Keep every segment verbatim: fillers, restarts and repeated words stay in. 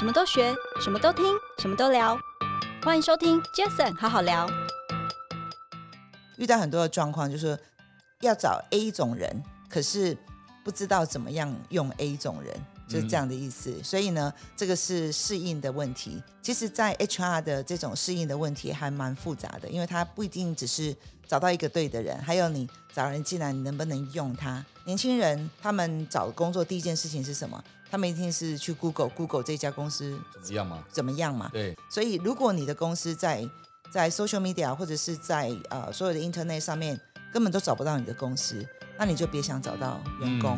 什么都学，什么都听，什么都聊。欢迎收听 Jason 好好聊。 遇到很多的状况，就是要找 A 种人，可是不知道怎么样用 A 种人，就是这样的意思、嗯、所以呢，这个是适应的问题。其实在 H R 的这种适应的问题还蛮复杂的，因为它不一定只是找到一个对的人，还有你找人进来你能不能用他。年轻人他们找工作第一件事情是什么？他们一定是去 Google Google 这家公司怎么样嘛？ 怎么样嘛？ 对。 所以如果你的公司在在 social media 或者是在、呃、所有的 internet 上面根本都找不到你的公司，那你就别想找到员工。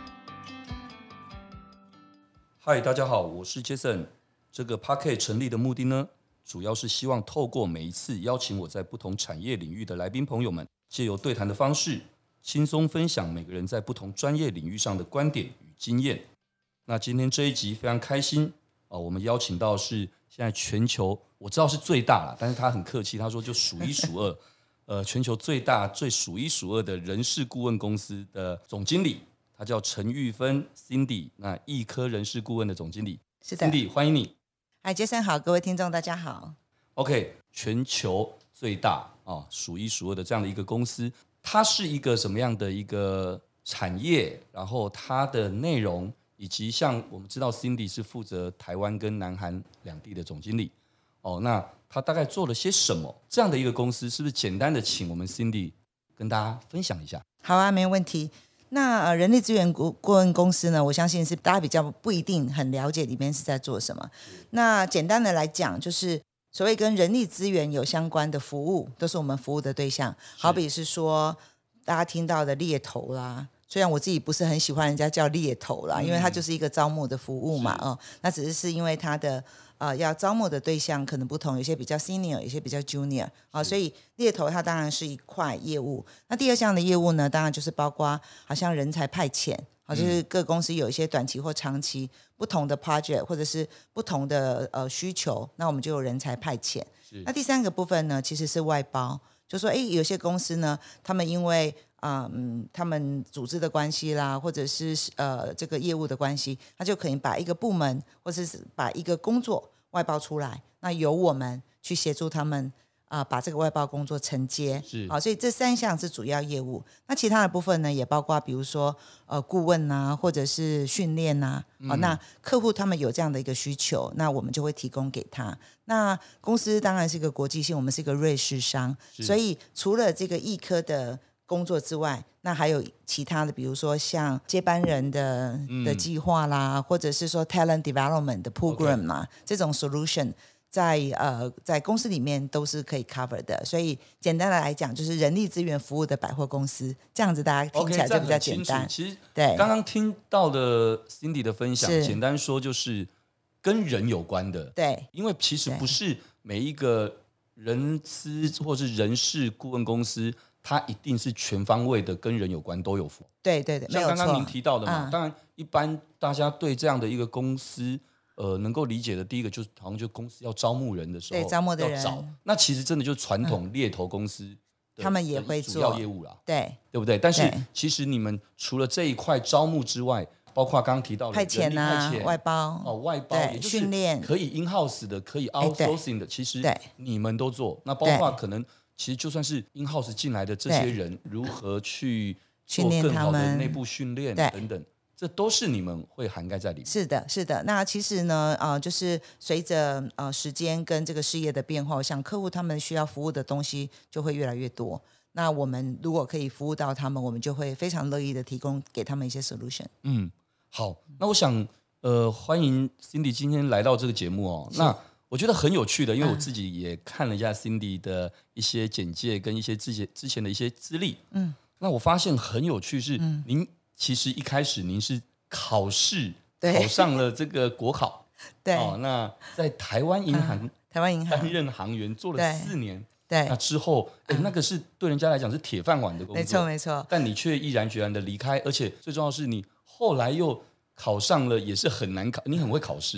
嗨、嗯，大家好，我是 Jason。这个 Podcast 成立的目的呢，主要是希望透过每一次邀请我在不同产业领域的来宾朋友们，借由对谈的方式，轻松分享每个人在不同专业领域上的观点与经验。那今天这一集非常开心、呃、我们邀请到是现在全球我知道是最大了，但是他很客气，他说就数一数二呃，全球最大最数一数二的人事顾问公司的总经理，他叫陈玉芬 Cindy， 那易科人事顾问的总经理。 是的 Cindy， 欢迎你。 嗨，杰森好，各位听众大家好。 OK， 全球最大、哦、数一数二的这样的一个公司，它是一个什么样的一个产业，然后它的内容，以及像我们知道 Cindy 是负责台湾跟南韩两地的总经理、哦、那他大概做了些什么？这样的一个公司，是不是简单的请我们 Cindy 跟大家分享一下？ 好啊，没问题。那、呃、人力资源顾问公司呢，我相信是大家比较不一定很了解里面是在做什么。那简单的来讲，就是所谓跟人力资源有相关的服务，都是我们服务的对象。好比是说大家听到的猎头啦，虽然我自己不是很喜欢人家叫猎头啦、嗯、因为它就是一个招募的服务嘛、哦、那只是是因为它的呃，要招募的对象可能不同，有些比较 senior， 有些比较 junior、哦、所以猎头它当然是一块业务。那第二项的业务呢，当然就是包括好像人才派遣、哦、就是各公司有一些短期或长期不同的 project 或者是不同的、呃、需求，那我们就有人才派遣。那第三个部分呢，其实是外包，就说诶有些公司呢，他们因为嗯，他们组织的关系啦，或者是呃这个业务的关系，他就可以把一个部门或者是把一个工作外包出来，那由我们去协助他们啊、呃，把这个外包工作承接。 是， 好，所以这三项是主要业务。那其他的部分呢，也包括比如说呃顾问啊，或者是训练啊。好、嗯，那客户他们有这样的一个需求，那我们就会提供给他。那公司当然是一个国际性，我们是一个瑞士商，所以除了这个易科的工作之外，那还有其他的，比如说像接班人的、嗯、的计划啦，或者是说 talent development 的 program 啦、okay. 这种 solution 在呃在公司里面都是可以 cover 的。所以简单的来讲，就是人力资源服务的百货公司，这样子大家听起来就比较简单。 Okay, 其实对刚刚听到的 Cindy 的分享，简单说就是跟人有关的。 对， 因为其实不是每一个人资或是人事顾问公司它一定是全方位的跟人有关都有服务。 对对对， 像刚刚您提到的嘛、 嗯、 当然一般大家对这样的一个公司呃，能够理解的第一个就是好像就公司要招募人的时候， 对，招募的人要找，那其实真的就是传统猎头公司、 嗯、他们也会做主要业务啦， 对对不对？但是其实你们除了这一块招募之外，包括刚刚提到的派遣啊、 派遣外包哦，外包也就是训练可以 in house 的，可以 outsourcing 的，其实你们都做。那包括可能其实就算是 in house 进来的这些人，如何去做更好的内部训练等等，这都是你们会涵盖在里面。 是的，是的。那其实呢，呃，就是随着呃时间跟这个事业的变化，像客户他们需要服务的东西就会越来越多。那我们如果可以服务到他们，我们就会非常乐意的提供给他们一些 solution。 嗯，好，那我想呃，欢迎 Cindy 今天来到这个节目哦。那我觉得很有趣的，因为我自己也看了一下 Cindy 的一些简介跟一些之前之前的一些资历。嗯，那我发现很有趣是，嗯、您其实一开始您是考试考上了这个国考， 对， 哦，那在台湾银行、嗯、 台湾银行担任行员做了四年。 对， 那之后，哎、嗯，那个是对人家来讲是铁饭碗的工作， 没错没错。 但你却毅然决然的离开，而且最重要的是，你后来又考上了，也是很难考，你很会考试哈、哦。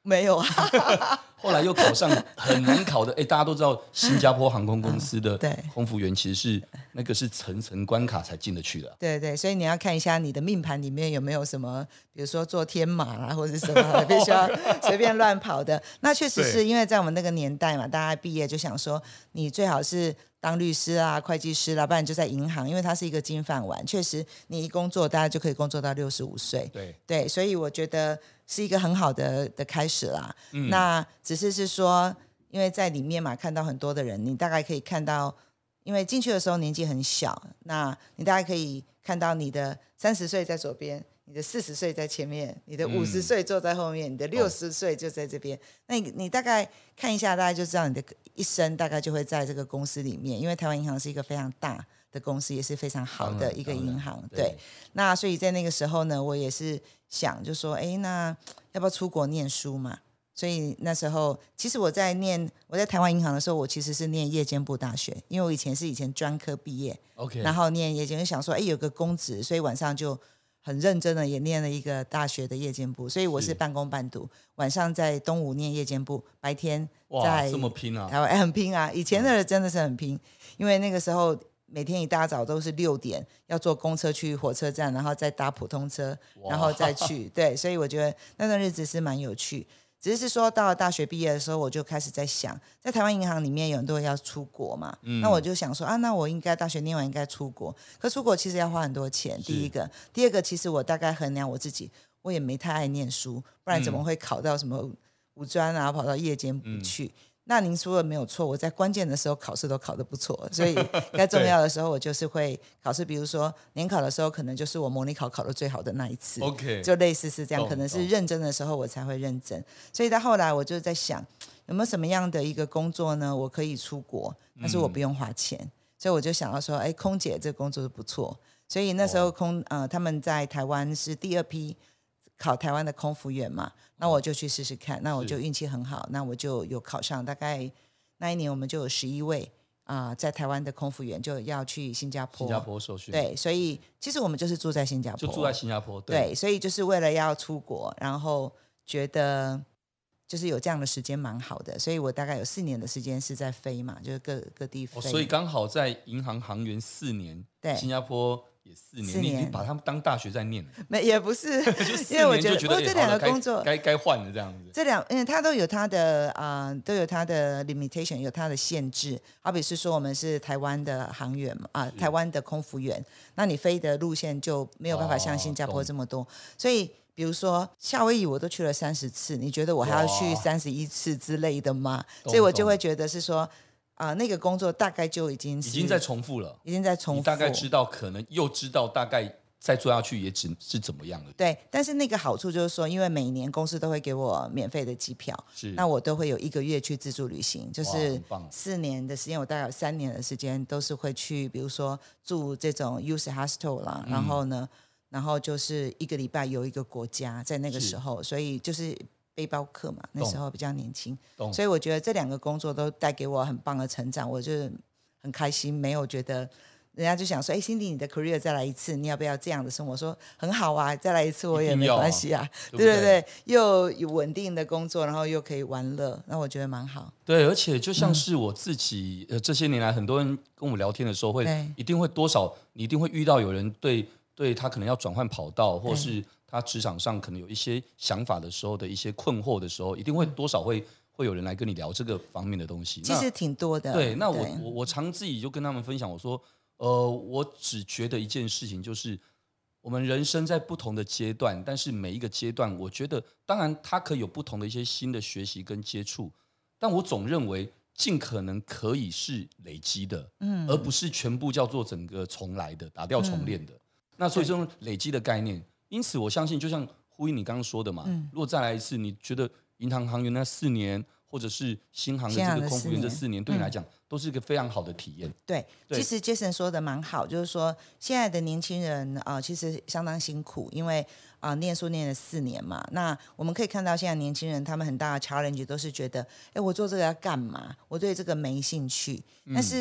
没有啊。 后来又考上很难考的，哎，大家都知道新加坡航空公司的对空服员其实是那个是层层关卡才进得去的啊。 对对，所以你要看一下你的命盘里面有没有什么，比如说做天马啦，或者什么必须要随便乱跑的。那确实是对因为在我们那个年代嘛，大家毕业就想说，你最好是当律师啊、会计师啦，不然就在银行，因为它是一个金饭碗。确实，你一工作，大家就可以工作到六十五岁。 对对，所以我觉得是一个很好的的开始啦。 嗯那只是是说，因为在里面嘛，看到很多的人，你大概可以看到，因为进去的时候年纪很小，那你大概可以看到你的三十岁在左边，你的四十岁在前面，你的五十岁坐在后面，你的六十岁就在这边。那你你大概看一下，大概就知道你的一生大概就会在这个公司里面，因为台湾银行是一个非常大的公司，也是非常好的一个银行。对， 对， 那所以在那个时候呢，我也是想就说，哎，那要不要出国念书嘛？所以那时候，其实我在念我在台湾银行的时候，我其实是念夜间部大学，因为我以前是以前专科毕业， OK， 然后念夜间，就想说，哎，有个公职，所以晚上就很认真的也念了一个大学的夜间部，所以我是是半工半读，晚上在东吴念夜间部，白天哇， 在这么拼啊！ 台湾、哎很拼啊！以前的人真的是很拼，因为那个时候每天一大早都是六点要坐公车去火车站，然后再搭普通车，然后再去。对，所以我觉得那段日子是蛮有趣。只是说到了大学毕业的时候，我就开始在想，在台湾银行里面有很多人要出国嘛， 嗯那我就想说啊，那我应该大学念完应该出国，可出国其实要花很多钱。第一个，第二个，其实我大概衡量我自己，我也没太爱念书，不然怎么会考到什么五专啊，跑到夜间部去？ 嗯那您说的没有错，我在关键的时候考试都考得不错，所以该重要的时候我就是会考试，比如说联考的时候，可能就是我模拟考考得最好的那一次。 OK， 就类似是这样， 懂可能是懂认真的时候我才会认真。所以到后来我就在想，有没有什么样的一个工作呢？我可以出国，但是我不用花钱。所以我就想到说，哎，空姐这个工作不错。所以那时候空呃他们在台湾是第二批考台湾的空服员嘛，那我就去试试看。那我就运气很好，那我就有考上。大概那一年我们就有十一位啊、呃在台湾的空服员就要去新加坡。 新加坡受训， 对，所以其实我们就是住在新加坡， 就住在新加坡， 对，所以就是为了要出国，然后觉得就是有这样的时间蛮好的，所以我大概有四年的时间是在飞嘛，就是各各地飞。 哦，所以刚好在银行行员四年， 对新加坡也四年， 四年你你把他们当大学在念， 没也不是， 就四因为我觉得， 年就觉得哎不过这两好了该个工作， 该该换了这样子。 这两，嗯，它都有它的啊、呃都有它的 limitation，有它的限制。好比是说，我们是台湾的航员嘛，啊、台湾的空服员，那你飞的路线就没有办法像新加坡哦这么多，所以。比如说夏威夷，我都去了三十次，你觉得我还要去哇三十一次之类的吗？ 懂所以我就会觉得是说，啊、呃那个工作大概就已经是已经在重复了， 已经在重复， 你大概知道，可能又知道大概再做下去也只是怎么样了。 对，但是那个好处就是说，因为每年公司都会给我免费的机票， 是， 那我都会有一个月去自助旅行，就哇是很棒四年的时间，我大概有三年的时间都是会去，比如说住这种 youth hostel 啦， 嗯然后呢，然后就是一个礼拜游一个国家，在那个是时候，所以就是背包客嘛，那时候比较年轻， 懂所以我觉得这两个工作都带给我很棒的成长，我就是很开心，没有觉得。人家就想说，哎，Cindy，你的 career 再来一次，你要不要这样的生活？我说很好啊，再来一次我也没关系啊， 对不对对对对，又有稳定的工作，然后又可以玩乐，那我觉得蛮好。 对，而且就像是我自己，呃，这些年来很多人跟我聊天的时候会， 对一定会多少，你一定会遇到有人对对他可能要转换跑道，或是他职场上可能有一些想法的时候的一些困惑的时候，一定会多少会会有人来跟你聊这个方面的东西。 其实挺多的。 对，那我我我常自己就跟他们分享，我说，呃，我只觉得一件事情，就是我们人生在不同的阶段，但是每一个阶段，我觉得当然它可以有不同的一些新的学习跟接触，但我总认为尽可能可以是累积的，嗯，而不是全部叫做整个重来的、打掉重练的。嗯、那所以这种累积的概念，因此我相信，就像呼应你刚刚说的嘛，嗯、如果再来一次，你觉得银行行员那四年，或者是新航的这个空服员这四年，对你来讲、嗯、都是一个非常好的体验。 对，对其实 Jason 说的蛮好，就是说现在的年轻人啊、呃，其实相当辛苦，因为啊、呃，念书念了四年嘛。那我们可以看到，现在年轻人他们很大的 challenge 都是觉得，哎，我做这个要干嘛？我对这个没兴趣。嗯、但是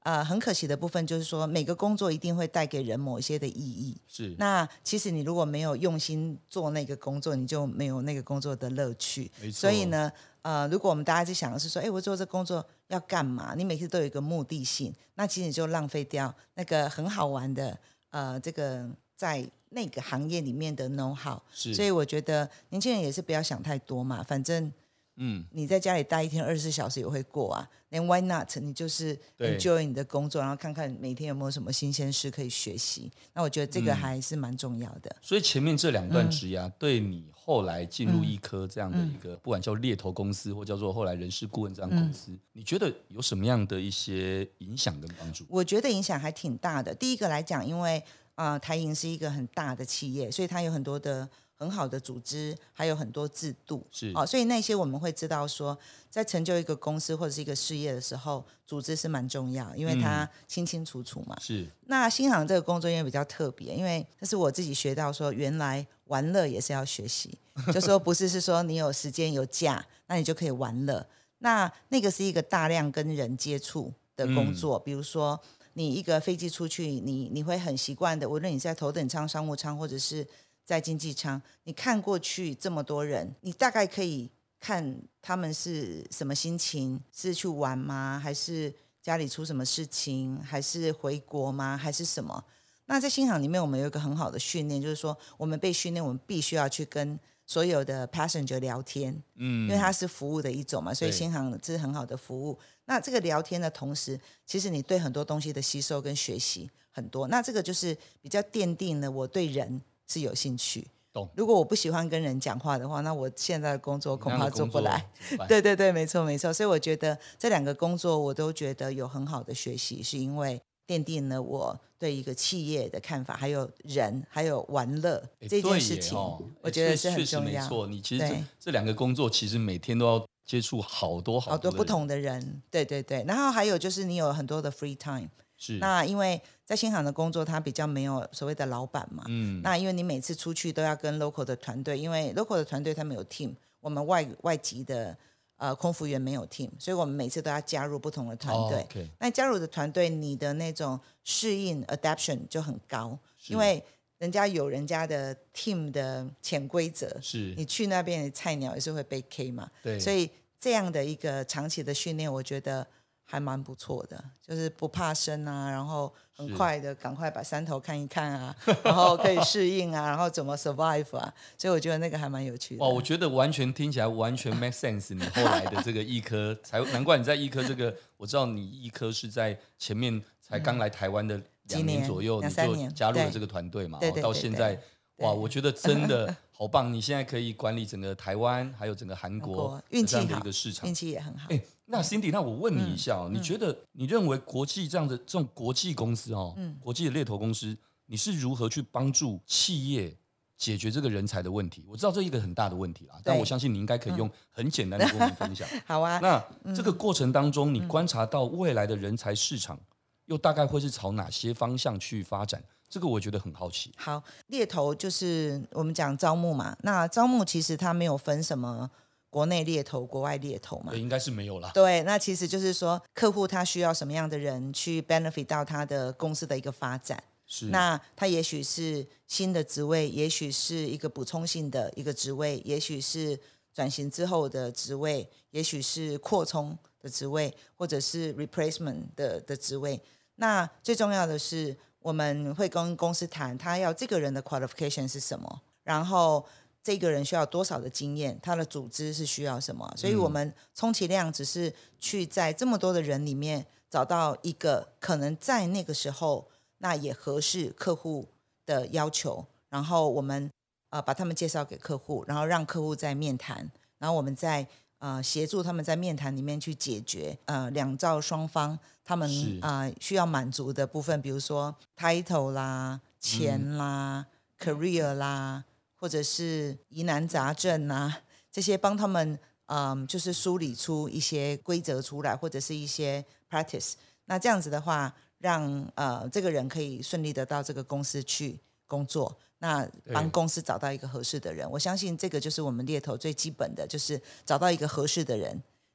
呃，很可惜的部分就是说，每个工作一定会带给人某一些的意义。 是， 那其实你如果没有用心做那个工作，你就没有那个工作的乐趣。 没错。 所以呢，呃，如果我们大家在想的是说，哎，我做这工作要干嘛？你每次都有一个目的性，那其实你就浪费掉那个很好玩的，呃，这个在那个行业里面的 know how。 是， 所以我觉得年轻人也是不要想太多嘛，反正。嗯，你在家里待一天二十四小时也会过啊，连 why not？ 你就是 enjoy 你的工作，然后看看每天有没有什么新鲜事可以学习。那我觉得这个还是蛮重要的。 嗯、所以前面这两段职涯、嗯、对你后来进入医科这样的一个、嗯、不管叫猎头公司或叫做后来人事顾问这样公司、嗯、你觉得有什么样的一些影响跟帮助？ 我觉得影响还挺大的。第一个来讲，因为、呃、台银是一个很大的企业，所以它有很多的很好的组织，还有很多制度， 是、 哦、所以那些我们会知道说，在成就一个公司或者是一个事业的时候，组织是蛮重要，因为它清清楚楚嘛。 嗯、是。 那新航这个工作因为比较特别，因为这是我自己学到说，原来玩乐也是要学习，就说不是是说你有时间有假，那你就可以玩乐。那那个是一个大量跟人接触的工作，嗯、比如说你一个飞机出去，你你会很习惯的，无论你是在头等舱、商务舱，或者是在经济舱，你看过去这么多人，你大概可以看他们是什么心情，是去玩吗？还是家里出什么事情？还是回国吗？还是什么？那在新航里面，我们有一个很好的训练，就是说我们被训练，我们必须要去跟所有的 passenger 聊天，嗯，因为它是服务的一种嘛，所以新航是很好的服务。那这个聊天的同时，其实你对很多东西的吸收跟学习很多，那这个就是比较奠定了我对人是有兴趣。如果我不喜欢跟人讲话的话，那我现在的工作恐怕做不来。对对对，没错没错。所以我觉得这两个工作我都觉得有很好的学习，是因为奠定了我对一个企业的看法，还有人，还有玩乐这件事情，哦、我觉得是很重要。 没错，你其实 这, 这两个工作其实每天都要接触好多好多好多不同的人，对对对。然后还有就是你有很多的 free time。 是， 那因为在新航的工作，它比较没有所谓的老板嘛，嗯，那因为你每次出去都要跟 local 的团队，因为 local 的团队他们有 team， 我们外外籍的呃空服员没有 team， 所以我们每次都要加入不同的团队。 哦 okay、 那加入的团队，你的那种适应 adaption 就很高，因为人家有人家的 team 的潜规则， 是你去那边的菜鸟也是会被 K 嘛， 对， 所以这样的一个长期的训练，我觉得还蛮不错的，就是不怕生啊，然后很快的赶快把山头看一看啊，然后可以适应啊，然后怎么 survive 啊，所以我觉得那个还蛮有趣的。 哇，我觉得完全听起来完全 make sense。你后来的这个医科，才难怪你在医科这个，我知道你医科是在前面才刚来台湾的两年左右， 嗯、 你就加入了这个团队嘛， 对对对对对， 到现在哇，我觉得真的好棒！你现在可以管理整个台湾，还有整个韩国这样的一个市场， 运气也很好。 哎，那 Cindy， 那我问你一下、哦嗯、 你觉得你认为国际这样的这种国际公司哦， 嗯、 国际的猎头公司，你是如何去帮助企业解决这个人才的问题？我知道这是一个很大的问题啦，但我相信你应该可以用很简单的跟我们分享。 好啊。 那这个过程当中，你观察到未来的人才市场又大概会是朝哪些方向去发展？这个我觉得很好奇。 好，猎头就是我们讲招募嘛，那招募其实它没有分什么国内猎头、国外猎头嘛， 对，应该是没有啦。 对，那其实就是说客户他需要什么样的人去 benefit 到他的公司的一个发展。 是， 那他也许是新的职位，也许是一个补充性的一个职位，也许是转型之后的职位，也许是扩充的职位，或者是 replacement 的的职位。那最重要的是，我们会跟公司谈，他要这个人的 qualification 是什么，然后这个人需要多少的经验，他的组织是需要什么，所以我们充其量只是去在这么多的人里面找到一个可能在那个时候那也合适客户的要求，然后我们、呃、把他们介绍给客户，然后让客户在面谈，然后我们再呃协助他们在面谈里面去解决呃两造双方他们呃需要满足的部分，比如说 title 啦、钱啦、嗯、career 啦，或者是疑难杂症啊，这些帮他们嗯就是梳理出一些规则出来，或者是一些 practice。那这样子的话，让呃这个人可以顺利的到这个公司去工作，那帮公司找到一个合适的人。我相信这个就是我们猎头最基本的，就是找到一个合适的人，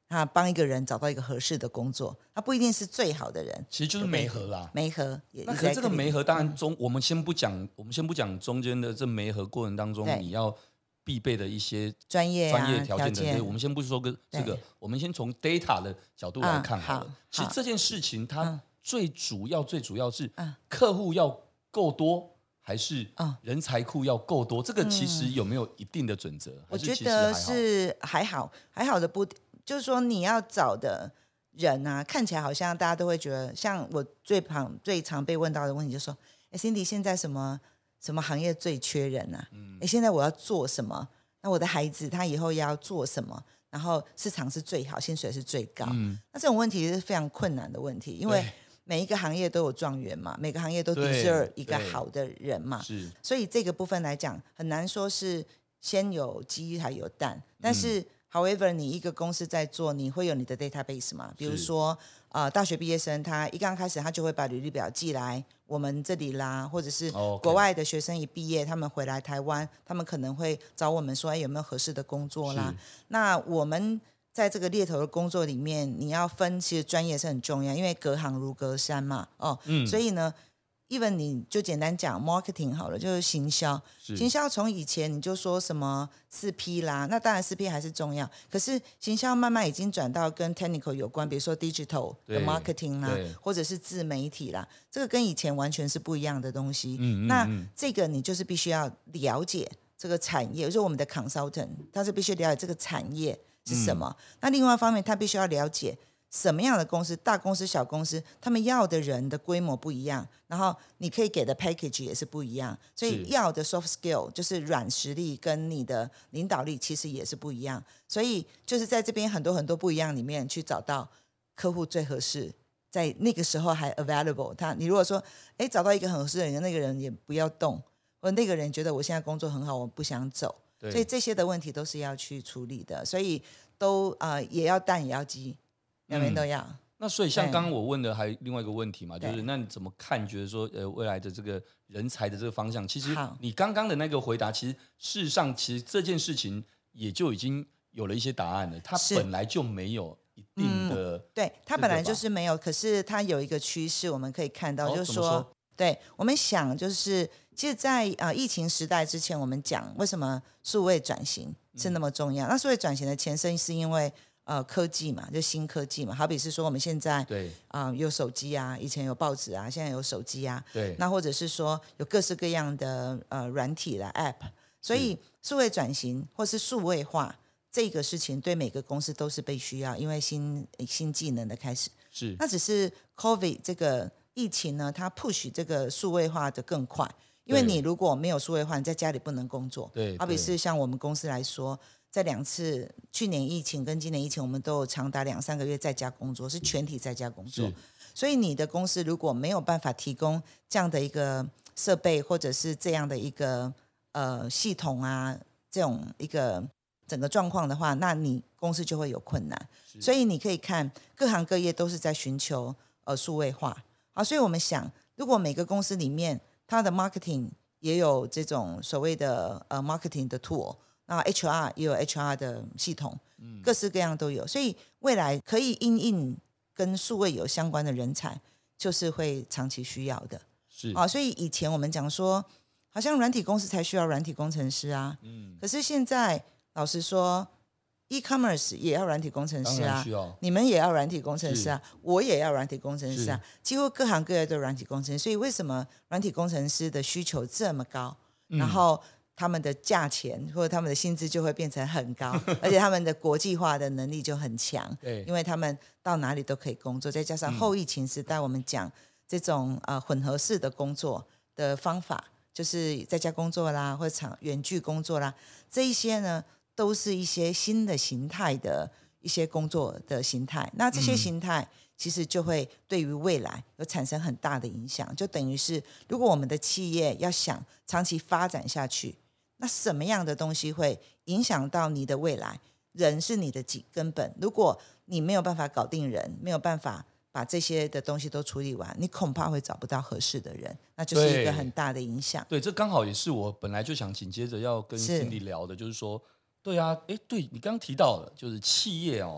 他帮一个人找到一个合适的工作，他不一定是最好的人， 其实就是媒合啦。 媒合， 那可是这个媒合当然中，嗯、我们先不讲，我们先不讲中间的这媒合过程当中你要必备的一些专业、啊、 专业条件等等。我们先不说个这个，我们先从 data 的角度来看好了。 嗯、好其实这件事情它最主要、嗯、最主要是嗯、 客户要够多。还是人才库要够多、嗯，这个其实有没有一定的准则？ 我觉得是还好，还好的不，就是说你要找的人啊，看起来好像大家都会觉得，像我最常最常被问到的问题就是说，哎 ，Cindy 现在什么什么行业最缺人啊？嗯，现在我要做什么？那我的孩子他以后要做什么？然后市场是最好，薪水是最高，嗯、那这种问题是非常困难的问题，因为每一个行业都有状元嘛，每个行业都 deserve 一个好的人嘛，所以这个部分来讲很难说是先有鸡还有蛋，但是、嗯、however 你一个公司在做，你会有你的 database 嘛，比如说、呃、大学毕业生他一刚开始他就会把履历表寄来我们这里啦，或者是国外的学生一毕业他们回来台湾，他们可能会找我们说、哎、有没有合适的工作啦，那我们在这个猎头的工作里面，你要分，其实专业是很重要，因为隔行如隔山嘛，哦，嗯、所以呢 ，even 你就简单讲 marketing 好了，就是行销，行销从以前你就说什么四 P 啦，那当然四 P 还是重要，可是行销慢慢已经转到跟 technical 有关，比如说 digital 的 marketing 啦，或者是自媒体啦，这个跟以前完全是不一样的东西。嗯嗯嗯那这个你就是必须要了解这个产业，就是我们的 consultant， 他是必须了解这个产业。是什么、嗯、那另外一方面他必须要了解什么样的公司，大公司小公司他们要的人的规模不一样，然后你可以给的 package 也是不一样，所以要的 soft skill 就是软实力跟你的领导力其实也是不一样，所以就是在这边很多很多不一样里面去找到客户最合适，在那个时候还 available 他，你如果说哎找到一个很合适的人，那个人也不要动，或那个人觉得我现在工作很好我不想走，所以这些的问题都是要去处理的，所以都、呃、也要蛋也要鸡，两边都要、嗯、 那所以像刚刚我问的还另外一个问题嘛，就是那你怎么看觉得说、呃、未来的这个人才的这个方向，其实你刚刚的那个回答其实事实上其实这件事情也就已经有了一些答案了，它本来就没有一定的、 嗯、对，它本来就是没有，可是它有一个趋势我们可以看到、哦、就是说对，我们想就是其实在、呃、疫情时代之前我们讲为什么数位转型是那么重要、嗯、那数位转型的前身是因为、呃、科技嘛，就新科技嘛，好比是说我们现在对、 呃、有手机啊，以前有报纸啊，现在有手机啊， 对， 那或者是说有各式各样的、呃、软体的 app， 所以数位转型或是数位化这个事情对每个公司都是被需要，因为新新技能的开始是， 那只是 COVID 这个疫情呢，它 push 这个数位化的更快，因为你如果没有数位化，你在家里不能工作。 对， 好比是像我们公司来说，在两次去年疫情跟今年疫情，我们都有长达两三个月在家工作，是全体在家工作。所以你的公司如果没有办法提供这样的一个设备，或者是这样的一个呃系统啊，这种一个整个状况的话，那你公司就会有困难。所以你可以看各行各业都是在寻求呃数位化。好，所以我们想，如果每个公司里面它的 marketing 也有这种所谓的呃 marketing 的 tool， 那 H R 也有 H R 的系统，嗯、各式各样都有，所以未来可以因应跟数位有相关的人才，就是会长期需要的。 是啊，所以以前我们讲说，好像软体公司才需要软体工程师啊，嗯、可是现在老实说。e-commerce 也要软体工程师啊，你们也要软体工程师啊，我也要软体工程师啊，几乎各行各业都有软体工程师，所以为什么软体工程师的需求这么高、嗯、然后他们的价钱或者他们的薪资就会变成很高而且他们的国际化的能力就很强因为他们到哪里都可以工作，再加上后疫情时代我们讲这种、呃、混合式的工作的方法，就是在家工作啦或者远距工作啦，这一些呢都是一些新的形态的一些工作的形态，那这些形态其实就会对于未来有产生很大的影响，就等于是如果我们的企业要想长期发展下去，那什么样的东西会影响到你的未来？人是你的根本，如果你没有办法搞定人，没有办法把这些的东西都处理完，你恐怕会找不到合适的人，那就是一个很大的影响。 对, 对，这刚好也是我本来就想紧接着要跟 Cindy 聊的，就是说对啊，哎，对你刚刚提到了，就是企业哦，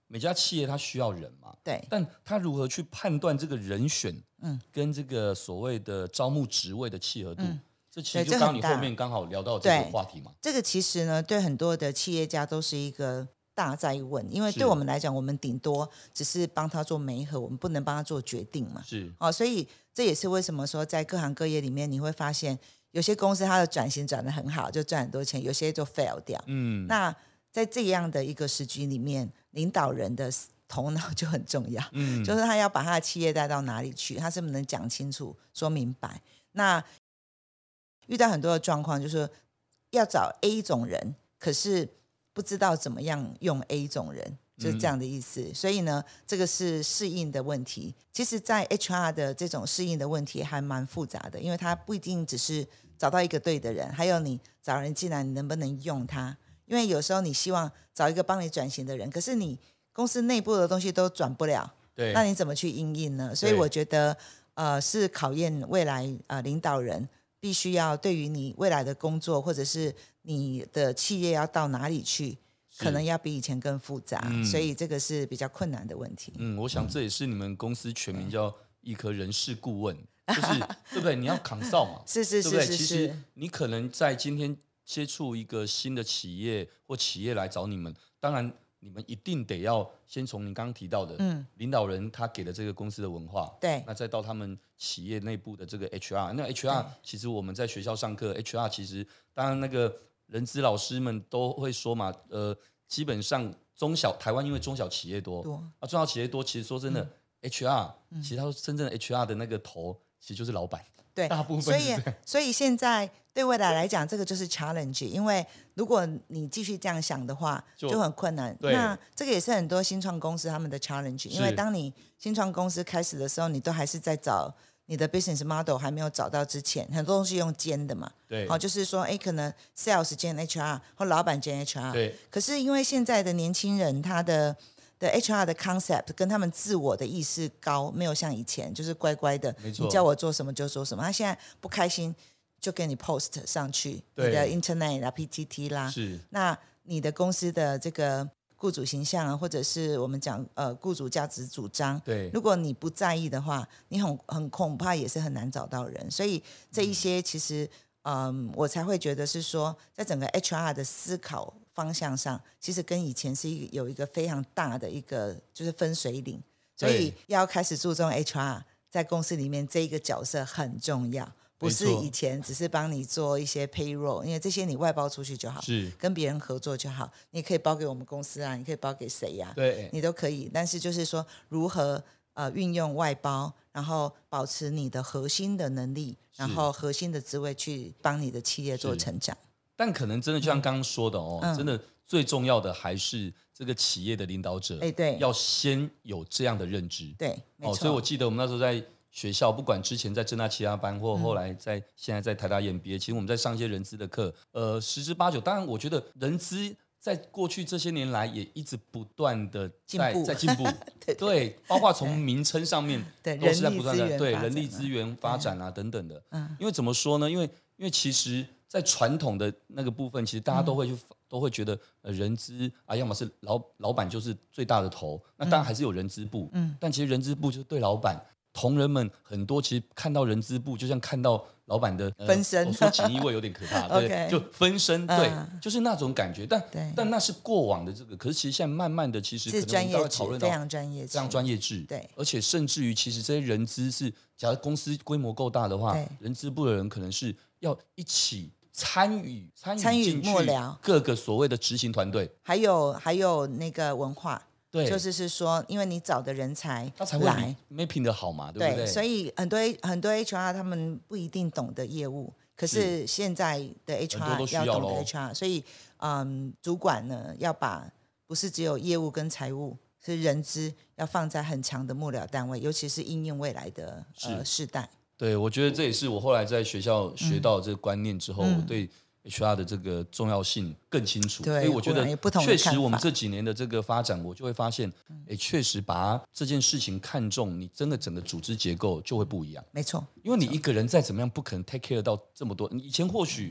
每家企业它需要人嘛， 对， 但他如何去判断这个人选， 嗯， 跟这个所谓的招募职位的契合度？嗯，这其实就对这很大刚刚你后面刚好聊到这个话题嘛。 这个其实呢，对很多的企业家都是一个大哉问，因为对我们来讲，我们顶多只是帮他做媒合，我们不能帮他做决定嘛。 是， 哦，所以这也是为什么说在各行各业里面，你会发现有些公司它的转型转得很好，就赚很多钱，有些就 fail 掉。 嗯， 那在这样的一个时局里面，领导人的头脑就很重要，嗯，就是他要把他的企业带到哪里去，他是不是能讲清楚、说明白。那遇到很多的状况，就是要找 A 种人，可是不知道怎么样用 A 种人，就是这样的意思。嗯、所以呢，这个是适应的问题。其实，在 H R 的这种适应的问题还蛮复杂的，因为它不一定只是找到一个对的人，还有你找人进来，你能不能用他？因为有时候你希望找一个帮你转型的人，可是你公司内部的东西都转不了， 对， 那你怎么去因应呢？所以我觉得，呃，是考验未来呃领导人必须要对于你未来的工作，或者是你的企业要到哪里去，可能要比以前更复杂，嗯、所以这个是比较困难的问题。 嗯，我想这也是你们公司全名叫易科人事顾问，就是对不对？你要consult嘛， 是是是是是。 其实你可能在今天接触一个新的企业或企业来找你们，当然你们一定得要先从你刚刚提到的，嗯，领导人他给的这个公司的文化， 对， 那再到他们企业内部的这个 H R， 那 H R 其实我们在学校上课 ，H R 其实当然那个人资老师们都会说嘛，呃，基本上中小台湾因为中小企业多，多啊，中小企业多，其实说真的、嗯、，H R、嗯、其实他说真正的 H R 的那个头其实就是老板。 对， 大部分是这样。 所以所以现在对未来来讲，这个就是 challenge， 因为如果你继续这样想的话，就, 就很困难。那这个也是很多新创公司他们的 challenge， 因为当你新创公司开始的时候，你都还是在找你的 business model 还没有找到之前，很多东西用兼的嘛。 对， 好、哦，就是说，哎，可能 sales 兼 H R 或老板兼 H R。 对。 可是因为现在的年轻人，他的的 H R 的 concept 跟他们自我的意识高，没有像以前就是乖乖的，你叫我做什么就做什么。他现在不开心就给你 post 上去，你的 internet 啦、P T T 啦， 是。 那你的公司的这个雇主形象啊，或者是我们讲呃雇主价值主张， 对， 如果你不在意的话，你很很恐怕也是很难找到人。所以这一些其实，嗯，我才会觉得是说，在整个 H R 的思考方向上，其实跟以前是一个有一个非常大的一个就是分水岭，所以要开始注重 H R 在公司里面这一个角色很重要，不是以前只是帮你做一些 payroll， 因为这些你外包出去就好， 是跟别人合作就好，你可以包给我们公司啊，你可以包给谁呀、啊， 对， 你都可以。但是就是说如何呃运用外包，然后保持你的核心的能力，然后核心的职位去帮你的企业做成长。 但可能真的就像刚刚说的哦，嗯、真的最重要的还是这个企业的领导者， 哎，对， 要先有这样的认知， 对，没错。 哦，所以我记得我们那时候在学校，不管之前在政大其他班，或后来在、嗯、现在在台大 E M B A， 其实我们在上一些人资的课，呃，十之八九。当然，我觉得人资在过去这些年来也一直不断的在进步，在进步，对, 对, 对，包括从名称上面对都是在不断的对人力资源发展啊等等的。嗯，因为怎么说呢？因为因为其实。在传统的那个部分，其实大家都会去、嗯、都会觉得，呃，人资啊，要么是老老板就是最大的头，那当然还是有人资部，嗯，但其实人资部就是对老板，同仁们很多其实看到人资部，就像看到老板的、 呃、分身， 我说锦衣卫有点可怕，对， okay, 就分身，对、嗯，就是那种感觉，但但那是过往的这个，可是其实现在慢慢的，其实可能我们都会讨论到非常专业， 非常专业制， 对， 而且甚至于其实这些人资是，假如公司规模够大的话，人资部的人可能是要一起。参与参与进去各个所谓的执行团队， 还有还有那个文化， 对， 就是是说，因为你找的人才他才会来 mapping 的好嘛，对不对？ 对，所以很多很多 H R 他们不一定懂得业务，可是现在的 H R 要懂得 H R， 所以嗯，主管呢要把不是只有业务跟财务，是人资要放在很强的幕僚单位，尤其是应用未来的呃世代。 对，我觉得这也是我后来在学校学到这个观念之后，嗯、我对 H R 的这个重要性更清楚。所以我觉得确实我们这几年的这个发展，我就会发现，哎，确实把这件事情看重，你真的整个组织结构就会不一样。 没错， 因为你一个人再怎么样，不可能 take care 到这么多。以前或许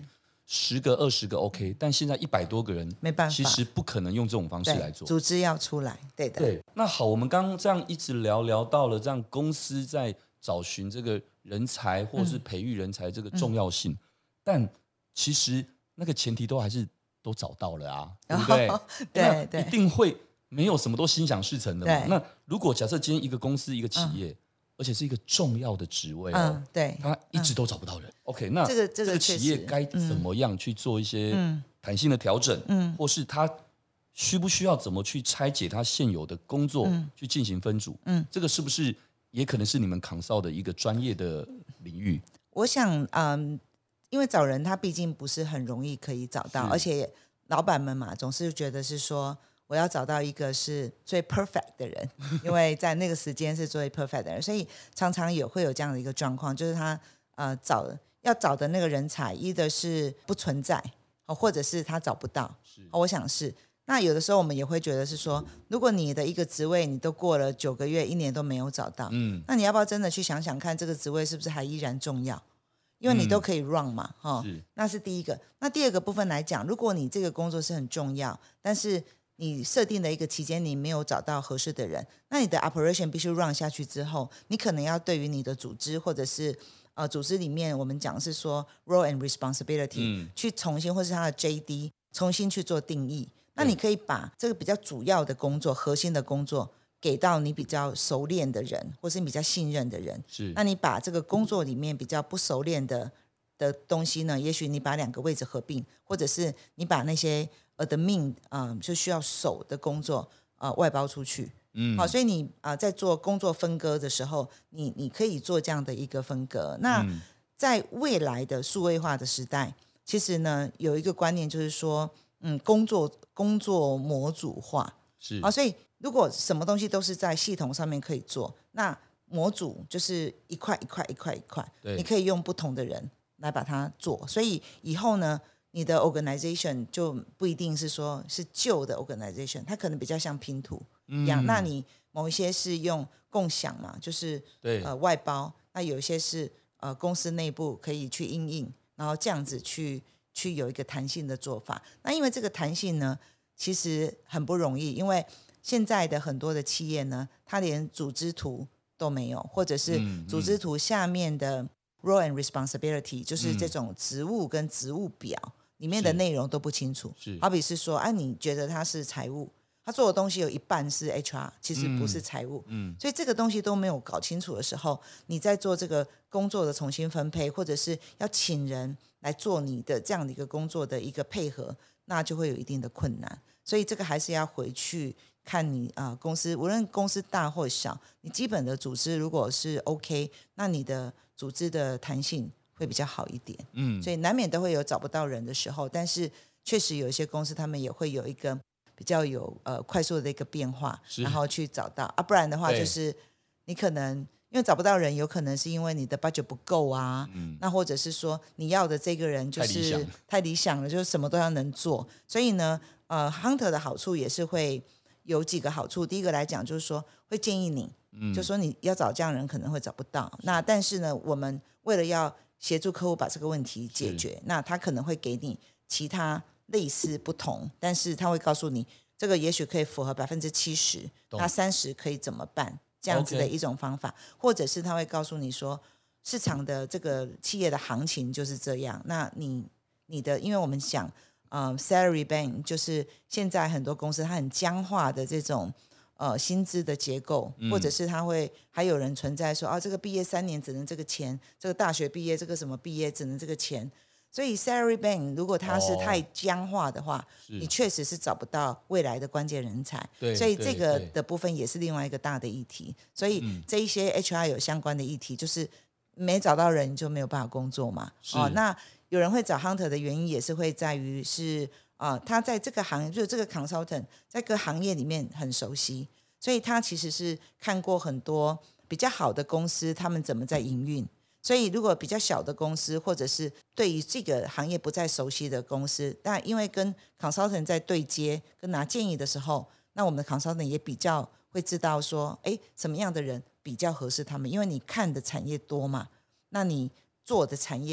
十个二十个 OK， 但现在一百多个人， 没办法， 其实不可能用这种方式来做。 组织要出来，对的。 对，那好，我们刚刚这样一直聊聊到了，这样公司在找寻这个人才或是培育人才这个重要性，嗯、但其实那个前提都还是都找到了啊，对不对？ 对对， 一定会没有什么都心想事成的嘛。 对， 那如果假设今天一个公司一个企业。嗯，而且是一个重要的职位哦， 嗯，对， 他一直都找不到人。嗯、OK， 那这个这个企业该怎么样去做一些弹性的调整？嗯，或是他需不需要怎么去拆解他现有的工作，嗯、去进行分组？嗯，这个是不是也可能是你们Consult的一个专业的领域？ 我想，嗯，因为找人他毕竟不是很容易可以找到，而且老板们嘛，总是觉得是说。我要找到一个是最 perfect 的人，因为在那个时间是最 perfect 的人，所以常常也会有这样的一个状况，就是他呃找要找的那个人才，一的是不存在，或者是他找不到。我想是。那有的时候我们也会觉得是说，如果你的一个职位你都过了九个月、一年都没有找到，嗯，那你要不要真的去想想看，这个职位是不是还依然重要？因为你都可以 run 嘛，哈、嗯，是那是第一个。那第二个部分来讲，如果你这个工作是很重要，但是你设定的一个期间你没有找到合适的人，那你的 operation 必须 run 下去之后，你可能要对于你的组织或者是呃组织里面我们讲是说 role and responsibility、嗯、去重新或是它的 J D 重新去做定义。那你可以把这个比较主要的工作核心的工作给到你比较熟练的人或是你比较信任的人， 是那你把这个工作里面比较不熟练的的东西呢，也许你把两个位置合并，或者是你把那些admin 啊、呃，就需要手的工作啊、呃、外包出去，嗯，好，所以你啊、呃、在做工作分割的时候，你你可以做这样的一个分割。那、嗯、在未来的数位化的时代，其实呢有一个观念就是说，嗯，工作工作模组化是啊，所以如果什么东西都是在系统上面可以做，那模组就是一块一块一块一块，你可以用不同的人来把它做，所以以后呢。你的 organization 就不一定是说是旧的 organization， 它可能比较像拼图一样、嗯、那你某一些是用共享嘛，就是对、 呃、外包，那有一些是、呃、公司内部可以去因应，然后这样子去去有一个弹性的做法。那因为这个弹性呢其实很不容易，因为现在的很多的企业呢它连组织图都没有，或者是组织图下面的 role and responsibility、嗯、就是这种职务跟职务表里面的内容都不清楚，好比是说，哎、啊，你觉得他是财务，他做的东西有一半是 H R， 其实不是财务，嗯，嗯所以这个东西都没有搞清楚的时候，你在做这个工作的重新分配，或者是要请人来做你的这样的一个工作的一个配合，那就会有一定的困难。所以这个还是要回去看你啊、呃，公司无论公司大或小，你基本的组织如果是 OK， 那你的组织的弹性会比较好一点，嗯，所以难免都会有找不到人的时候，但是确实有一些公司他们也会有一个比较有呃快速的一个变化，然后去找到啊，不然的话就是你可能因为找不到人，有可能是因为你的 budget 不够啊，嗯，那或者是说你要的这个人就是太理想，太理想了，就是什么都要能做，所以呢，呃 ，hunter 的好处也是会有几个好处，第一个来讲就是说会建议你，嗯，就说你要找这样人可能会找不到，那但是呢，我们为了要协助客户把这个问题解决，那他可能会给你其他类似不同，但是他会告诉你这个也许可以符合百分之七十，那三十可以怎么办？这样子的一种方法， okay. 或者是他会告诉你说，市场的这个企业的行情就是这样。那你你的，因为我们讲，呃 salary band 就是现在很多公司它很僵化的这种。呃，薪资的结构，或者是他会还有人存在说，哦，这个毕业三年只能这个钱，这个大学毕业这个什么毕业只能这个钱，所以 salary band 如果它是太僵化的话，哦、你确实是找不到未来的关键人才，所以这个的部分也是另外一个大的议题。所以这一些 H R 有相关的议题，就是没找到人就没有办法工作嘛。哦，那有人会找 hunter 的原因也是会在于是。呃、他在这个行业，就是这个 consultant 在各行业里面很熟悉，所以他其实是看过很多比较好的公司他们怎么在营运，所以如果比较小的公司或者是对于这个行业不再熟悉的公司，但因为跟 consultant 在对接跟拿建议的时候，那我们的 consultant 也比较会知道说，哎，什么样的人比较合适他们，因为你看的产业多嘛，那你做的产业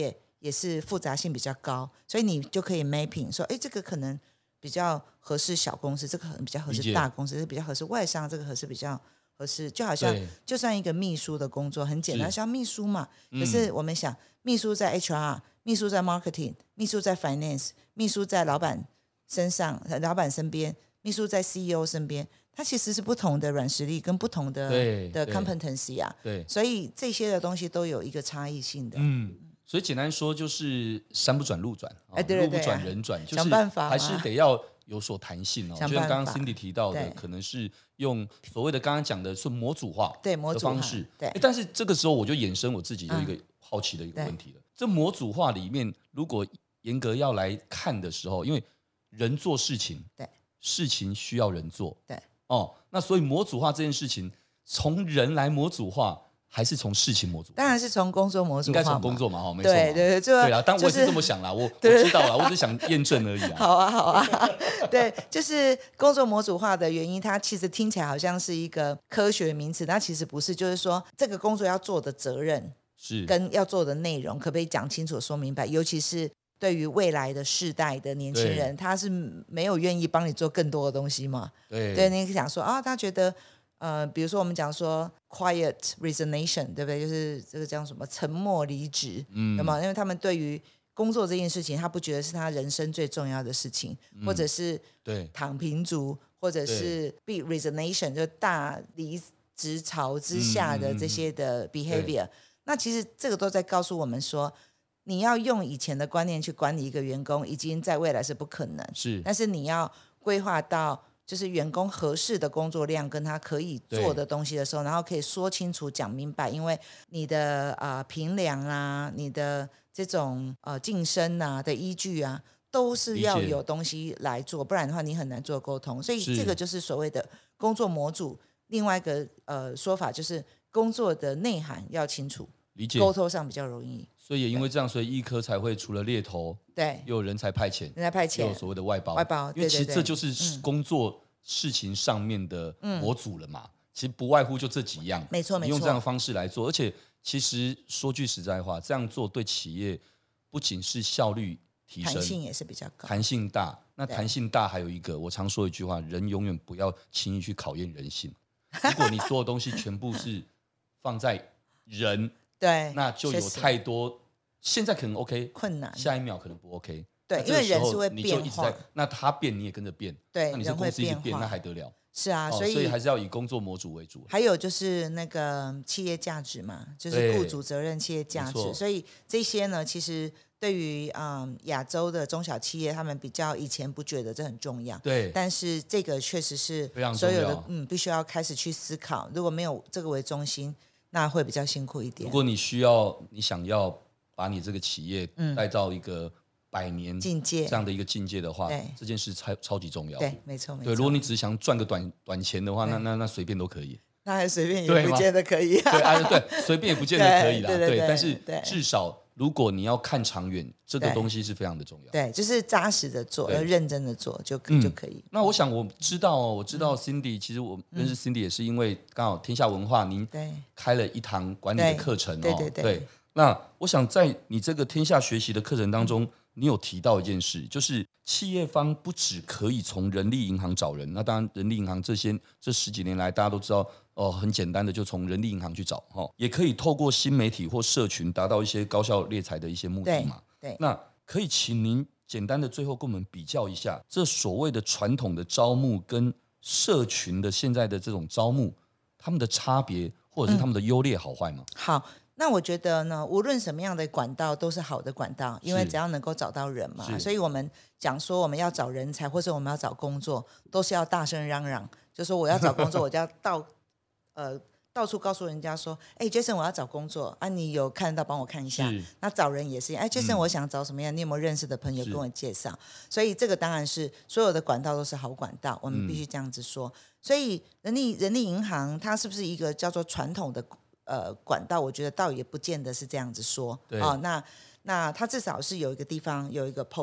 也是复杂性比较高，所以你就可以 mapping 说，哎，这个可能比较合适小公司，这个可能比较合适大公司，这个比较合适外商，这个合适比较合适，就好像就算一个秘书的工作很简单，像秘书嘛，可是我们想，秘书在 H R， 秘书在 marketing， 秘书在 finance， 秘书在老板身上，老板身边，秘书在 C E O 身边，它其实是不同的软实力跟不同的的 competency 啊， 对， 所以这些的东西都有一个差异性的。 嗯，所以简单说就是山不转路转， 哎，对对对， 路不转人转，就是想办法还是得要有所弹性哦。就像刚刚 Cindy 提到的，可能是用所谓的刚刚讲的是模组化对模的方式， 对。 但是这个时候我就衍生我自己有一个好奇的一个问题了：嗯、这模组化里面，如果严格要来看的时候，因为人做事情， 对， 事情需要人做， 对。 哦，那所以模组化这件事情，从人来模组化，还是从事情模组化？ 当然是从工作模组化， 应该从工作嘛，哈，没错。 对对对， 对啦，但我也是这么想啦，我我知道啦，我只是想验证而已啊。 好啊，好啊，对，就是工作模组化的原因，它其实听起来好像是一个科学名词，但其实不是，就是说这个工作要做的责任是跟要做的内容，可不可以讲清楚、说明白？尤其是对于未来的世代的年轻人，他是没有愿意帮你做更多的东西嘛？ 对， 对，你想说啊，他觉得呃，比如说我们讲说 quiet resignation， 对不对？就是这个叫什么沉默离职，嗯，有没有？因为他们对于工作这件事情，他不觉得是他人生最重要的事情，嗯、或者是对躺平族，或者是 big resignation， 就大离职潮之下的这些的 behavior、嗯。那其实这个都在告诉我们说，你要用以前的观念去管理一个员工，已经在未来是不可能。 是， 但是你要规划到就是员工合适的工作量跟他可以做的东西的时候，然后可以说清楚讲明白，因为你的啊、呃、评量啊，你的这种呃晋升啊的依据啊，都是要有东西来做，不然的话你很难做沟通。所以这个就是所谓的工作模组。另外一个呃说法就是工作的内涵要清楚， 理解， 沟通上比较容易。 所以也因为这样，所以医科才会除了猎头， 对， 又有人才派遣， 人才派遣， 又有所谓的外包， 外包， 因为其实这就是工作事情上面的模组了嘛。嗯、其实不外乎就这几样， 没错没错， 用这样的方式来做，而且其实说句实在话，这样做对企业不仅是效率提升， 弹性也是比较高， 弹性大。那弹性大还有一个，我常说一句话：人永远不要轻易去考验人性。如果你所有东西全部是放在人。 对， 那就有太多，现在可能 OK， 困难， 下一秒可能不 OK。 对，因为人是会变化， 那他变你也跟着变， 对， 那你这公司一直变，那还得了？ 是啊， 哦、 所以所以还是要以工作模组为主。 还有就是那个企业价值嘛，就是雇主责任、企业价值，所以这些呢，其实对于嗯亚洲的中小企业，他们比较以前不觉得这很重要， 对， 但是这个确实是所有的嗯必须要开始去思考，如果没有这个为中心。那会比较辛苦一点。 如果你需要，你想要把你这个企业带到一个百年境界这样的一个境界的话，这件事超超级重要。 对，没错，没错。 对，如果你只是想赚个短短钱的话，那那那随便都可以。 那还随便也不见得可以、啊。 对啊，对，随便也不见得可以啦。 对, 对, 对, 对， 但是至少如果你要看长远，这个东西是非常的重要。 对，就是扎实的做，要认真的做就、嗯、就可以。 那我想我知道哦，我知道 Cindy，、嗯、其实我认识 Cindy 也是因为刚好天下文化您开了一堂管理的课程哦。 对对 对, 对。 那我想在你这个天下学习的课程当中，嗯、你有提到一件事，就是企业方不只可以从人力银行找人，那当然人力银行这些这十几年来大家都知道。哦，很简单的就从人力银行去找、哦、也可以透过新媒体或社群达到一些高效猎才的一些目的嘛。 对，对那可以请您简单的最后跟我们比较一下，这所谓的传统的招募跟社群的现在的这种招募，他们的差别或者是他们的优劣好坏吗？ 嗯、好，那我觉得呢，无论什么样的管道都是好的管道，因为只要能够找到人嘛，所以我们讲说我们要找人才或者我们要找工作，都是要大声嚷嚷，就说我要找工作，我就要到。呃，到处告诉人家说，哎 ，Jason， 我要找工作啊，你有看到帮我看一下。那找人也是，哎 ，Jason，、嗯、我想找什么样？你有没有认识的朋友跟我介绍？所以这个当然是所有的管道都是好管道，我们必须这样子说。嗯、所以人力人力银行它是不是一个叫做传统的呃管道？我觉得倒也不见得是这样子说。 对哦，那那它至少是有一个地方有一个 post。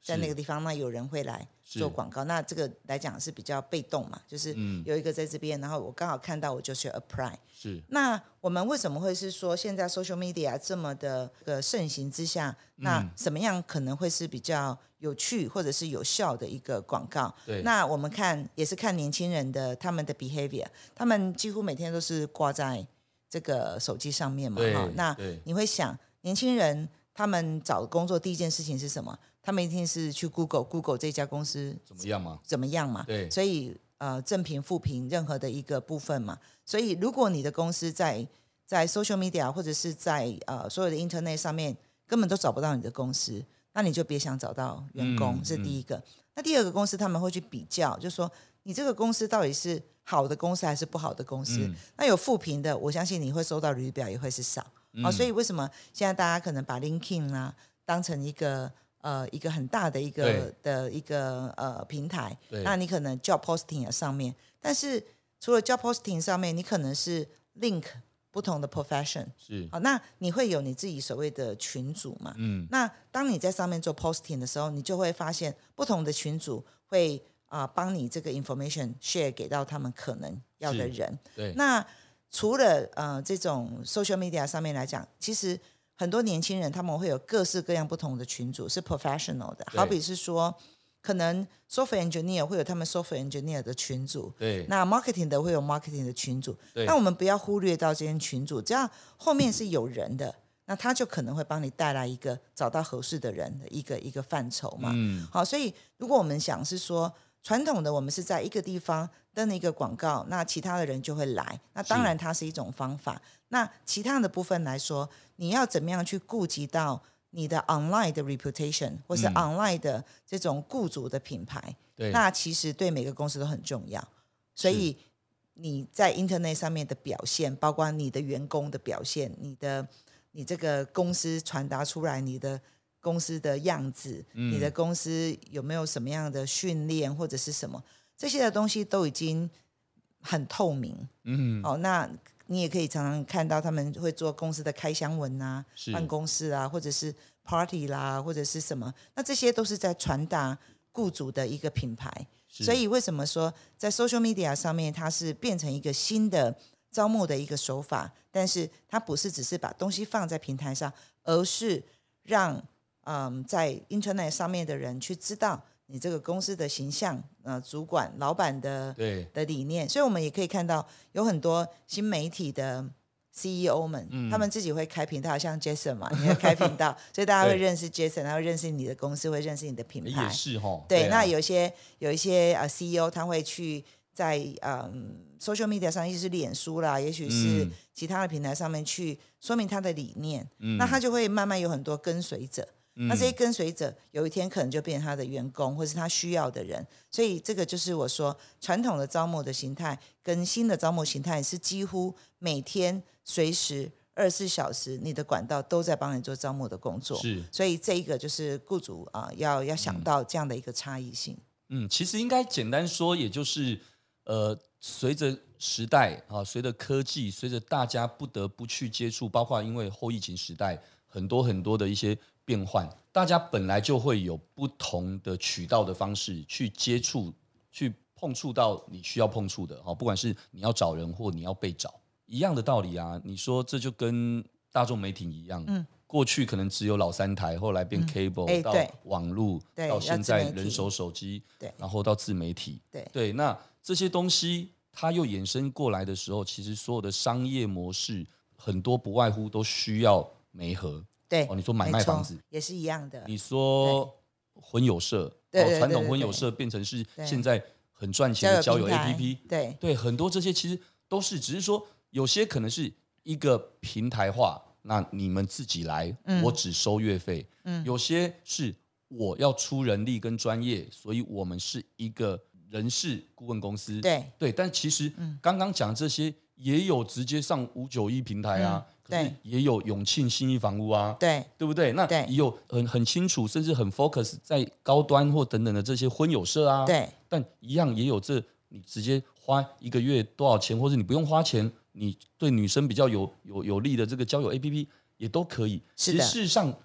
在那个地方，那有人会来做广告，那这个来讲是比较被动嘛，就是有一个在这边，然后我刚好看到，我就去 apply。 是。 那我们为什么会是说现在 social media 这么的个盛行之下，那什么样可能会是比较有趣或者是有效的一个广告？ 对。 那我们看也是看年轻人的他们的 behavior， 他们几乎每天都是挂在这个手机上面嘛。 对。 那你会想，年轻人他们找工作第一件事情是什么？他们一定是去 Google Google 这家公司怎么样嘛？ 怎么样嘛？ 对， 所以呃正评负评任何的一个部分嘛。所以如果你的公司在在 social media 或者是在呃所有的 internet 上面根本都找不到你的公司，那你就别想找到员工，嗯、是第一个。嗯、那第二个公司他们会去比较，就说你这个公司到底是好的公司还是不好的公司？嗯、那有负评的，我相信你会收到履历表也会是少。嗯哦、所以为什么现在大家可能把 LinkedIn 啊当成一个呃一个很大的一个的一个呃平台？那你可能 job posting 上面，但是除了 job posting 上面，你可能是 link 不同的 profession， 是好、哦，那你会有你自己所谓的群组嘛？嗯，那当你在上面做 posting 的时候，你就会发现不同的群组会啊、呃、帮你这个 information share 给到他们可能要的人。 对， 那除了呃这种 social media 上面来讲，其实很多年轻人他们会有各式各样不同的群组，是 professional 的，好比是说可能 software engineer 会有他们 software engineer 的群组， 对， 那 marketing 的会有 marketing 的群组，那我们不要忽略到这些群组，只要后面是有人的，那他就可能会帮你带来一个找到合适的人的一个一个范畴嘛。嗯，好，所以如果我们想是说传统的我们是在一个地方登了一个广告，那其他的人就会来，那当然它是一种方法。那其他的部分来说，你要怎么样去顾及到你的 online 的 reputation 或是 online 的这种雇主的品牌、嗯、那其实对每个公司都很重要。所以你在 internet 上面的表现，包括你的员工的表现，你的你这个公司传达出来你的公司的样子、嗯、你的公司有没有什么样的训练或者是什么，这些的东西都已经很透明。嗯，哦，那你也可以常常看到他们会做公司的开箱文啊，办公室啊，或者是 party 啦，或者是什么，那这些都是在传达雇主的一个品牌。所以为什么说在 social media 上面它是变成一个新的招募的一个手法，但是它不是只是把东西放在平台上，而是让嗯在 internet 上面的人去知道你这个公司的形象，呃，主管、老板的的理念。所以我们也可以看到有很多新媒体的 C E O 们、嗯、他们自己会开频道，像 Jason 嘛，你会开频道所以大家会认识 Jason， 然后认识你的公司，会认识你的品牌， 也是齁。 对， 对啊、 那有一些有一些、呃、C E O 他会去在、嗯、social media 上，也许是脸书啦，也许是其他的平台上面去说明他的理念、嗯、那他就会慢慢有很多跟随者，那这些跟随者有一天可能就变成他的员工，或是他需要的人。所以这个就是我说传统的招募的形态跟新的招募形态是几乎每天随时二十四小时你的管道都在帮你做招募的工作。 是， 所以这一个就是雇主、呃、要要想到这样的一个差异性。 嗯，其实应该简单说，也就是呃，随着时代啊，随着科技，随着大家不得不去接触，包括因为后疫情时代很多很多的一些变换，大家本来就会有不同的渠道的方式去接触，去碰触到你需要碰触的，不管是你要找人或你要被找，一样的道理啊。你说这就跟大众媒体一样，嗯，过去可能只有老三台，后来变 cable、嗯欸、到网路，到现在人手手机，然后到自媒体， 对, 对，那这些东西它又衍生过来的时候，其实所有的商业模式很多不外乎都需要媒合。 对、 哦，你说买卖房子也是一样的。 你说婚友社， 对对对对对， 传统婚友社变成是现在很赚钱的交友 A P P， 对对，很多这些其实都是，只是说有些可能是一个平台化，那你们自己来，嗯、我只收月费。嗯，有些是我要出人力跟专业，所以我们是一个人事顾问公司。 对对， 但其实刚刚讲这些也有直接上五九一平台啊。嗯，可是也有永庆信义房屋啊， 对对不对？那也有很很清楚，甚至很 focus 在高端或等等的这些婚友社啊， 对，但一样也有这你直接花一个月多少钱，或者你不用花钱，你对女生比较有有有利的这个交友 A P P 也都可以。 是的， 其实事实上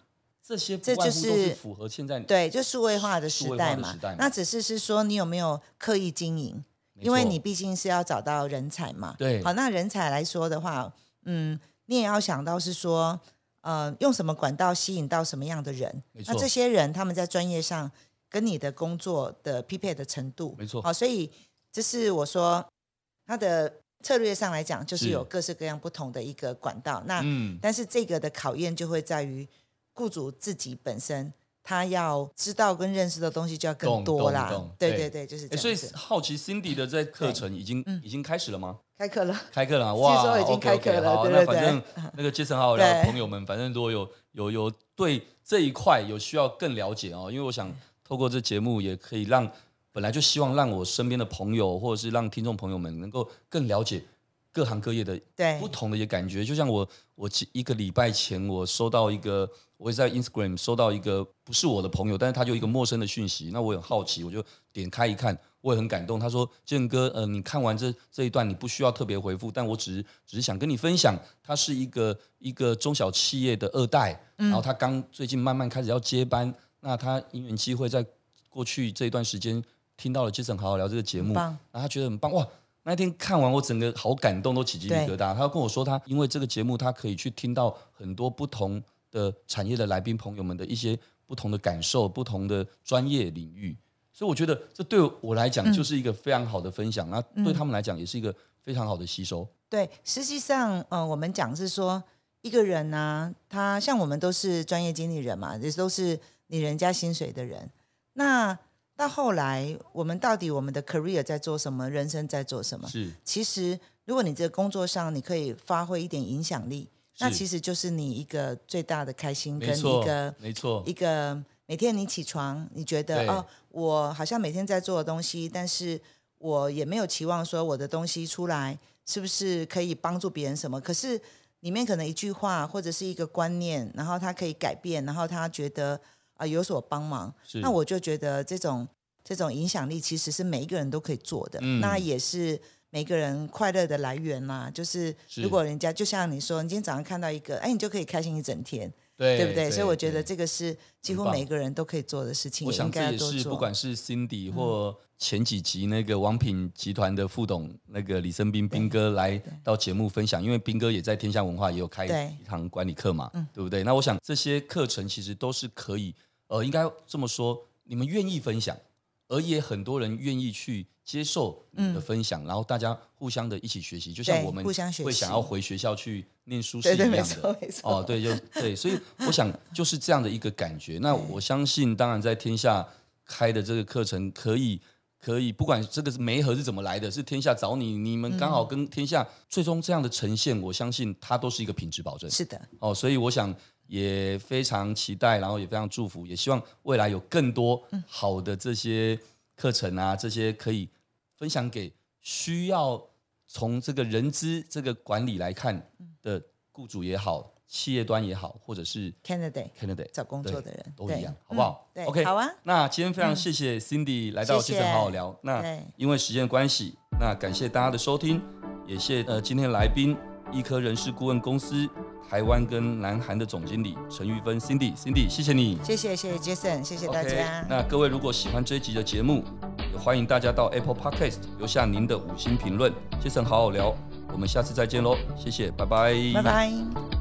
这些不外乎都是符合现在对，就数位化的时代嘛。代嘛那只是是说你有没有刻意经营，因为你毕竟是要找到人才嘛。 对， 好，那人才来说的话，嗯，你也要想到是说，呃，用什么管道吸引到什么样的人。那这些人他们在专业上跟你的工作的匹配的程度， 没错。 好，所以这是我说他的策略上来讲，就是有各式各样不同的一个管道。那、嗯、但是这个的考验就会在于雇主自己本身，他要知道跟认识的东西就要更多啦。对对对，就是这样子。 所以好奇 Cindy 的这课程已经、嗯、已经开始了吗？ 开课了， 开课了，哇！ 据说已经开课了， okay, okay, 对对对。 那反正那个Jason好好聊的朋友们，反正如果有有有对这一块有需要更了解哦，因为我想透过这节目也可以让本来就希望让我身边的朋友或者是让听众朋友们能够更了解各行各业的不同的一个感觉。就像我我一个礼拜前我收到一个，我也在 Instagram 收到一个不是我的朋友，但是他就一个陌生的讯息，那我很好奇，我就点开一看，我也很感动。他说：“建哥，呃，你看完这这一段，你不需要特别回复，但我只是只是想跟你分享，他是一个一个中小企业的二代，嗯、然后他刚最近慢慢开始要接班，那他因缘机会在过去这一段时间听到了 Jason 好好聊这个节目，然后他觉得很棒，哇！”那天看完我整个好感动，都起鸡皮疙瘩。他跟我说，他因为这个节目，他可以去听到很多不同的产业的来宾朋友们的一些不同的感受、不同的专业领域。所以我觉得这对我来讲就是一个非常好的分享，那、嗯、对他们来讲也是一个非常好的吸收。 对，实际上，呃，我们讲是说一个人呢、啊，他像我们都是专业经理人嘛，也都是领人家薪水的人，那。到后来我们到底我们的 career 在做什么，人生在做什么， 是其实如果你这个工作上你可以发挥一点影响力，那其实就是你一个最大的开心跟一个没错一个每天你起床你觉得哦，我好像每天在做的东西，但是我也没有期望说我的东西出来是不是可以帮助别人什么，可是里面可能一句话或者是一个观念，然后他可以改变，然后他觉得啊、呃，有所帮忙，那我就觉得这种这种影响力其实是每一个人都可以做的、嗯、那也是每个人快乐的来源啦。就是如果人家就像你说，你今天早上看到一个，哎，你就可以开心一整天， 对, 对不 对, 对？所以我觉得这个是几乎每一个人都可以做的事情， 我想这也是不管是 Cindy 或前几集那个王品集团的副董那个李生斌斌哥来到节目分享，因为斌哥也在天下文化也有开一堂管理课嘛， 对, 对不对？那我想这些课程其实都是可以，呃，应该这么说，你们愿意分享，而也很多人愿意去接受你的分享、嗯、然后大家互相的一起学习，就像我们会想要回学校去念书是一样的， 对对没错没错哦，对，就对，所以我想就是这样的一个感觉。那我相信，当然在天下开的这个课程可以。可以，不管这个媒合是怎么来的，是天下找你，你们刚好跟天下、嗯、最终这样的呈现，我相信它都是一个品质保证。 是的， 哦，所以我想也非常期待，然后也非常祝福，也希望未来有更多好的这些课程啊，这些可以分享给需要从这个人资这个管理来看的雇主也好。企业端也好，或者是 candidate candidate 找工作的人都一样，好不好、 嗯、 ？OK， 好啊。 那今天非常谢谢 Cindy 来到Jason好好聊。 谢谢那因为时间的关系，那感谢大家的收听，也谢呃今天的来宾，易科人事顾问公司台湾跟南韩的总经理陈玉芬 Cindy Cindy， 谢谢你， 谢谢谢谢 Jason， 谢谢大家。 Okay, 那各位如果喜欢这一集的节目，也欢迎大家到 Apple Podcast 留下您的五星评论。Jason好好聊，我们下次再见喽，谢谢，拜拜， 拜拜。